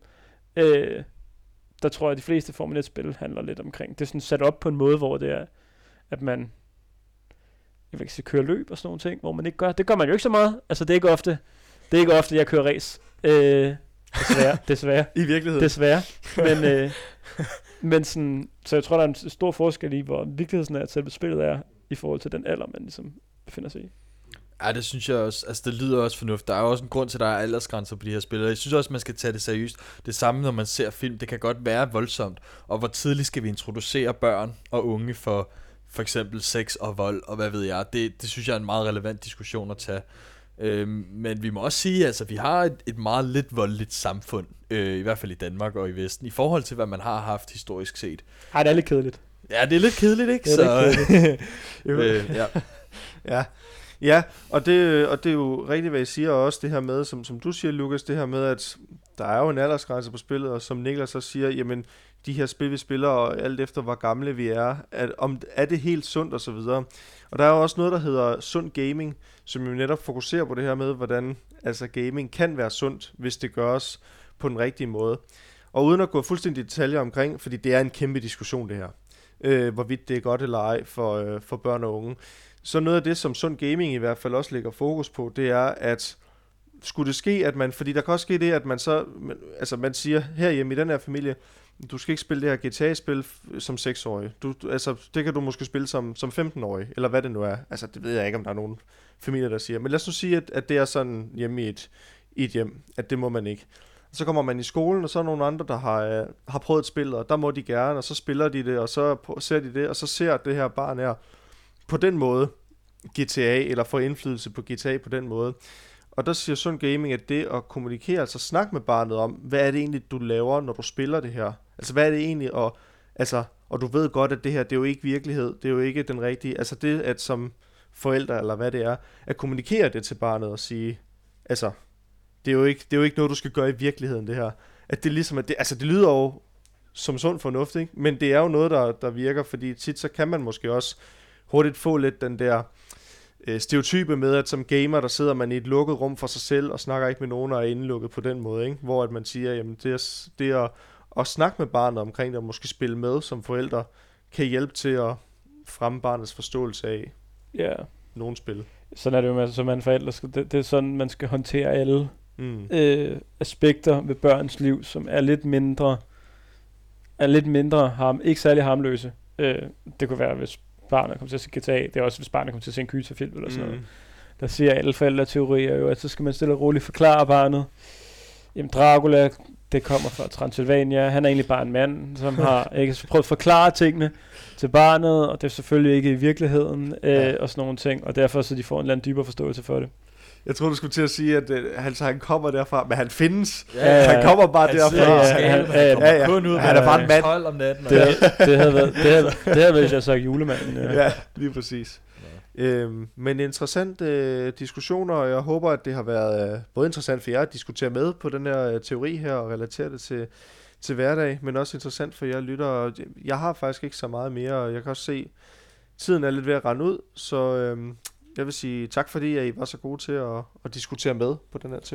der tror jeg, at de fleste Formel 1-spil handler lidt omkring. Det er sådan sat op på en måde, hvor det er, at man, jeg vil ikke sige, kører løb og sådan nogle ting, hvor man ikke gør. Det gør man jo ikke så meget. Altså, det er ikke ofte, jeg kører race. Desværre. I virkeligheden. Desværre. Men sådan, så jeg tror, der er en stor forskel i, hvor virkeligheden er, at selve spillet er, i forhold til den alder, man ligesom befinder sig i. Ja, det synes jeg også. Altså, det lyder også fornuftigt. Der er jo også en grund til, at der er aldersgrænser på de her spil. Jeg synes også, man skal tage det seriøst. Det samme, når man ser film. Det kan godt være voldsomt. Og hvor tidligt skal vi introducere børn og unge for eksempel sex og vold, og hvad ved jeg. Det synes jeg er en meget relevant diskussion at tage. Men vi må også sige, altså, vi har et meget lidt voldeligt samfund, i hvert fald i Danmark og i Vesten, i forhold til, hvad man har haft historisk set. Ej, det er lidt kedeligt. Ja, det er lidt kedeligt, ikke? Det er lidt Ja. Ja. Ja, og det er jo rigtigt, hvad I siger også, det her med, som du siger, Lukas, det her med, at der er jo en aldersgrænse på spillet, og som Niklas så siger, jamen, de her spil, vi spiller, og alt efter, hvor gamle vi er, er det helt sundt, og så videre. Og der er jo også noget, der hedder sund gaming, som jo netop fokuserer på det her med, hvordan altså gaming kan være sundt, hvis det gøres på den rigtige måde. Og uden at gå fuldstændig i detaljer omkring, fordi det er en kæmpe diskussion, det her, hvorvidt det er godt eller ej for børn og unge. Så noget af det, som sund gaming i hvert fald også lægger fokus på, det er, at skulle det ske, at man, fordi der kan også ske det, at man så, altså man siger, herhjemme i den her familie, du skal ikke spille det her GTA-spil som 6-årig. Altså, det kan du måske spille som 15-årig, eller hvad det nu er. Altså, det ved jeg ikke, om der er nogen familier, der siger. Men lad os nu sige, at det er sådan hjemme i et hjem, at det må man ikke. Så kommer man i skolen, og så er nogle andre, der har prøvet et spil, og der må de gerne, og så spiller de det, og så ser de det, og så ser det her barn her på den måde GTA, eller får indflydelse på GTA på den måde. Og der siger sund gaming, at det at kommunikere, altså snakke med barnet om, hvad er det egentlig, du laver, når du spiller det her? Altså, hvad er det egentlig, og du ved godt, at det her, det er jo ikke virkelighed, det er jo ikke den rigtige, altså det, at som forældre, eller hvad det er, at kommunikere det til barnet og sige, altså, det er jo ikke noget, du skal gøre i virkeligheden, det her. At det ligesom, det lyder jo som sund fornuft, ikke? Men det er jo noget, der virker, fordi tit så kan man måske også hurtigt få lidt den der stereotype med, at som gamer, der sidder man i et lukket rum for sig selv, og snakker ikke med nogen, og er indelukket på den måde, ikke? Hvor at man siger, jamen det at snakke med barnet omkring det, og måske spille med som forældre, kan hjælpe til at fremme barnets forståelse af nogle spil. Sådan er det jo, som man forældre skal, det er sådan, man skal håndtere alle aspekter ved børns liv, som er lidt mindre, ikke særlig harmløse. Det kunne være, hvis barnet kommer til at se GTA, det er også, hvis barnet kommer til at se en gyserfilm eller sådan noget. Der siger alle forældreteorier jo, at så skal man stille og roligt forklare barnet. Jamen Dracula, det kommer fra Transylvania, han er egentlig bare en mand, som har ikke prøvet at forklare tingene til barnet, og det er selvfølgelig ikke i virkeligheden, og sådan nogle ting, og derfor så de får en eller anden dybere forståelse for det. Jeg tror du skulle til at sige, at han kommer derfra, men han findes. Han kommer bare derfra. Han er bare en mand. 12 om natten. Det havde været, hvis jeg sagde julemanden. Ja, lige præcis. Men interessant diskussioner, og jeg håber, at det har været både interessant for jer at diskutere med på den her teori her, og relatere det til hverdag, men også interessant for jer lyttere. Jeg har faktisk ikke så meget mere, og jeg kan også se, tiden er lidt ved at rende ud, så jeg vil sige tak, fordi I var så gode til at diskutere med på den her teori.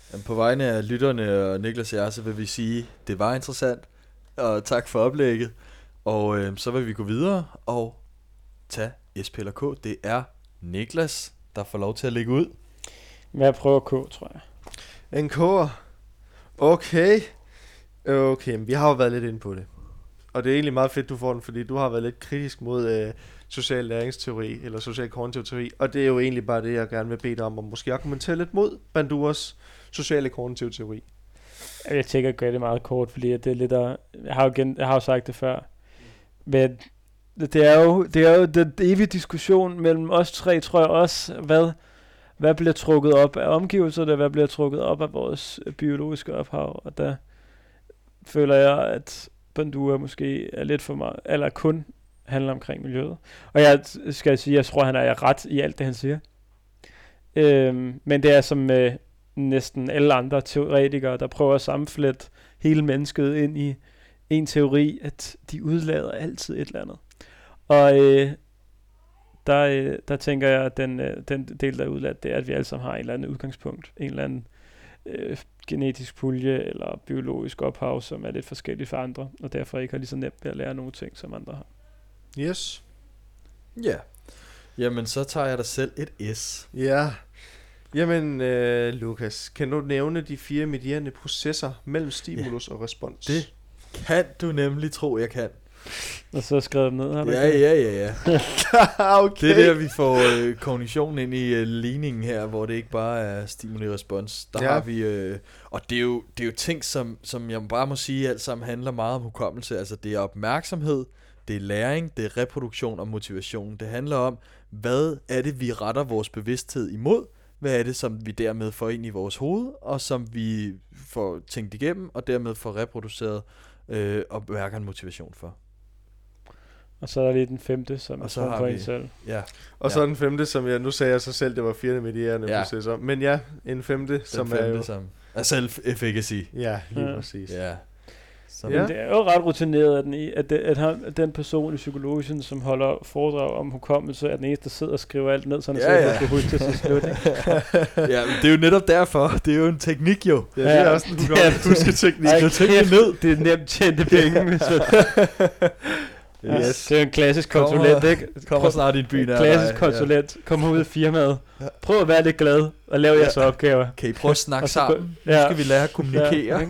På vegne af lytterne og Niklas og jeg, så vil vi sige, det var interessant, og tak for oplægget. Og så vil vi gå videre og tage SP eller K. Det er Niklas, der får lov til at lægge ud. Jeg prøver K, tror jeg. En K'er. Okay, vi har jo været lidt inde på det. Og det er egentlig meget fedt, du får den, fordi du har været lidt kritisk mod social læringsteori, eller social kognitiv teori. Og det er jo egentlig bare det, jeg gerne vil bede dig om, at måske argumentere lidt mod Banduras sociale kognitiv teori. Jeg tænker at gøre det meget kort, fordi det er lidt jeg har jo sagt det før. Men det er jo den evige diskussion mellem os tre, tror jeg også, hvad bliver trukket op af omgivelserne, hvad bliver trukket op af vores biologiske ophav. Og der føler jeg, at Bandura måske er lidt for meget, eller kun handler omkring miljøet. Og jeg skal sige, jeg tror, han er ret i alt det, han siger. Men det er som med næsten alle andre teoretikere, der prøver at sammenflette hele mennesket ind i en teori, at de udlader altid et eller andet. Og der tænker jeg, at den del, der er udladt, det er, at vi alle sammen har en eller anden udgangspunkt, en eller anden genetisk pulje eller biologisk ophav, som er lidt forskelligt for andre, og derfor ikke har lige så nemt ved at lære nogle ting, som andre har. Yes. Ja. Jamen, så tager jeg dig selv et S. Ja. Jamen, Lukas, kan du nævne de 4 medierende processer mellem stimulus og respons? Det kan du nemlig tro, jeg kan. Og så skrevet dem ned her. Ja. Okay. Det er der, vi får kognition ind i ligningen her, hvor det ikke bare er stimuli-respons. Der har vi, og det er jo ting, som jeg bare må sige, alt sammen handler meget om hukommelse. Altså, det er opmærksomhed, det er læring, det er reproduktion og motivation. Det handler om, hvad er det, vi retter vores bevidsthed imod? Hvad er det, som vi dermed får ind i vores hoved, og som vi får tænkt igennem, og dermed får reproduceret og mærker en motivation for. Og så er der lige den 5., som er troen på en selv. Ja. Og så den 5., som jeg nu sagde jeg så selv, det var 4. medierende processer. Men ja, en 5., som er jo... som er self-efficacy. Ja, lige præcis. Ja. Men det er jo ret rutineret, at den person i psykologien, som holder foredrag om hukommelse, er den eneste, der sidder og skriver alt ned, sådan så han kan huske til sit slut. Ja, men det er jo netop derfor. Det er jo en teknik jo. Ja, det er også en huske-teknik. Du tænker ned. Det er nemt tjente penge. Yes. Det er en klassisk konsulent, ikke? Kommer snart i en by der. Klassisk konsulent. Kommer ud i firmaet. Prøv at være lidt glad og lave jeres opgaver. Kan I prøve at snakke sammen? Nu skal vi lære at kommunikere.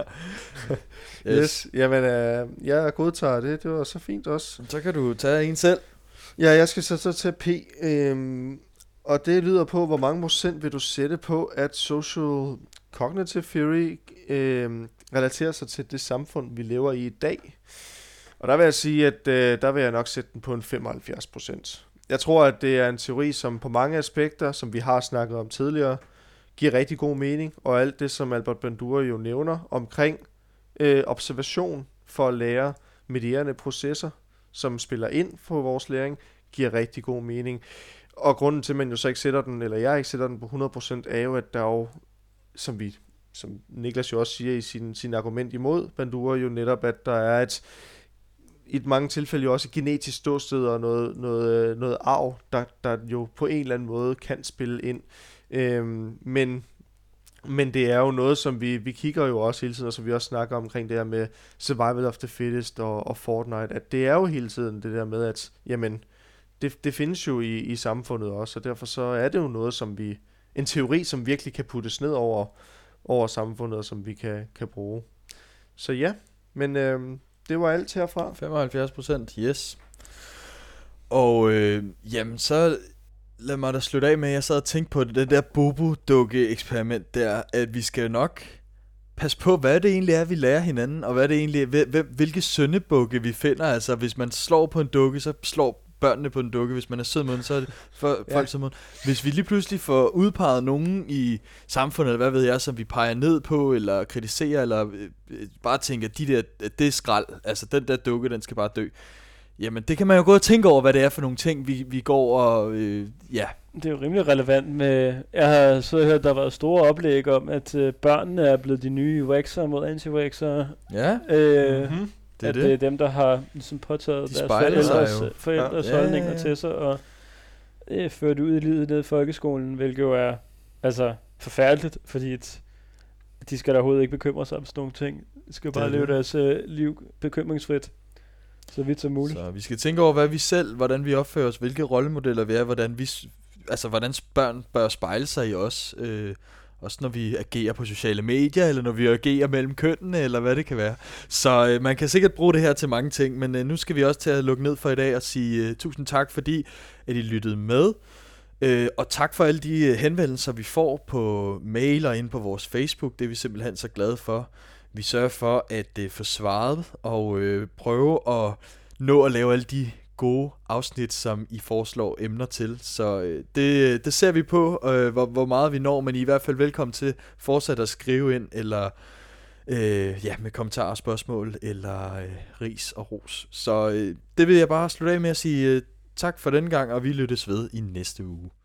Yes. Jamen, jeg godtager det. Det var så fint også. Så kan du tage en selv. Ja, jeg skal så tage P. Og det lyder på, hvor mange procent vil du sætte på, at social cognitive theory relaterer sig til det samfund, vi lever i dag. Og der vil jeg sige, at der vil jeg nok sætte den på en 75%. Jeg tror, at det er en teori, som på mange aspekter, som vi har snakket om tidligere, giver rigtig god mening. Og alt det, som Albert Bandura jo nævner omkring observation for at lære medierende processer, som spiller ind på vores læring, giver rigtig god mening. Og grunden til, at man jo så ikke sætter den, eller jeg ikke sætter den på 100%, er jo, at der jo, som Niklas jo også siger i sin argument imod Bandura, jo netop, at der er i mange tilfælde jo også et genetisk ståsted og noget arv, der jo på en eller anden måde kan spille ind. Men det er jo noget, som vi kigger jo også hele tiden, og som vi også snakker omkring det her med survival of the fittest og Fortnite, at det er jo hele tiden det der med, at jamen, det findes jo i samfundet også, og derfor så er det jo noget, som en teori, som virkelig kan puttes ned over samfundet, og som vi kan bruge. Så ja, men det var alt herfra. 75%, yes. Og jamen så lad mig da slutte af med, at jeg sad og tænkte på det der Bobo-dukke-eksperiment der, at vi skal nok passe på, hvad det egentlig er, vi lærer hinanden, og hvad det egentlig er, hvilke syndebukke vi finder. Altså, hvis man slår på en dukke, så slår børnene på en dukke. Hvis man er sød mod den, så er det folk sød mod den. Hvis vi lige pludselig får udpeget nogen i samfundet, eller hvad ved jeg, som vi peger ned på, eller kritiserer, eller bare tænker, det er skrald. Altså, den der dukke, den skal bare dø. Jamen, det kan man jo gå og tænke over, hvad det er for nogle ting, vi går og, ja. Det er jo rimelig relevant med, jeg har så hørt, der har været store oplæg om, at børnene er blevet de nye vax'ere mod anti-vax'ere. Ja, det er dem, der har ligesom påtaget deres forældres holdninger til sig, og ført ud i livet nede i folkeskolen, hvilket jo er altså forfærdeligt, fordi De skal da overhovedet ikke bekymre sig om sådan nogle ting. De skal bare leve deres liv bekymringsfrit, så vidt som muligt. Så vi skal tænke over, hvad vi selv, hvordan vi opfører os, hvilke rollemodeller vi er, hvordan børn bør spejle sig i os. Også når vi agerer på sociale medier, eller når vi agerer mellem kønnene, eller hvad det kan være. Så man kan sikkert bruge det her til mange ting, men nu skal vi også til at lukke ned for i dag og sige tusind tak, fordi at I lyttede med. Og tak for alle de henvendelser, vi får på mail og inde på vores Facebook. Det er vi simpelthen så glade for. Vi sørger for at få svaret og prøve at nå at lave alle de gode afsnit, som I foreslår emner til. Så det ser vi på, hvor meget vi når, men I er i hvert fald velkommen til fortsat at skrive ind, eller med kommentarer, spørgsmål, eller ris og ros. Så det vil jeg bare slutte af med at sige tak for denne gang, og vi lyttes ved i næste uge.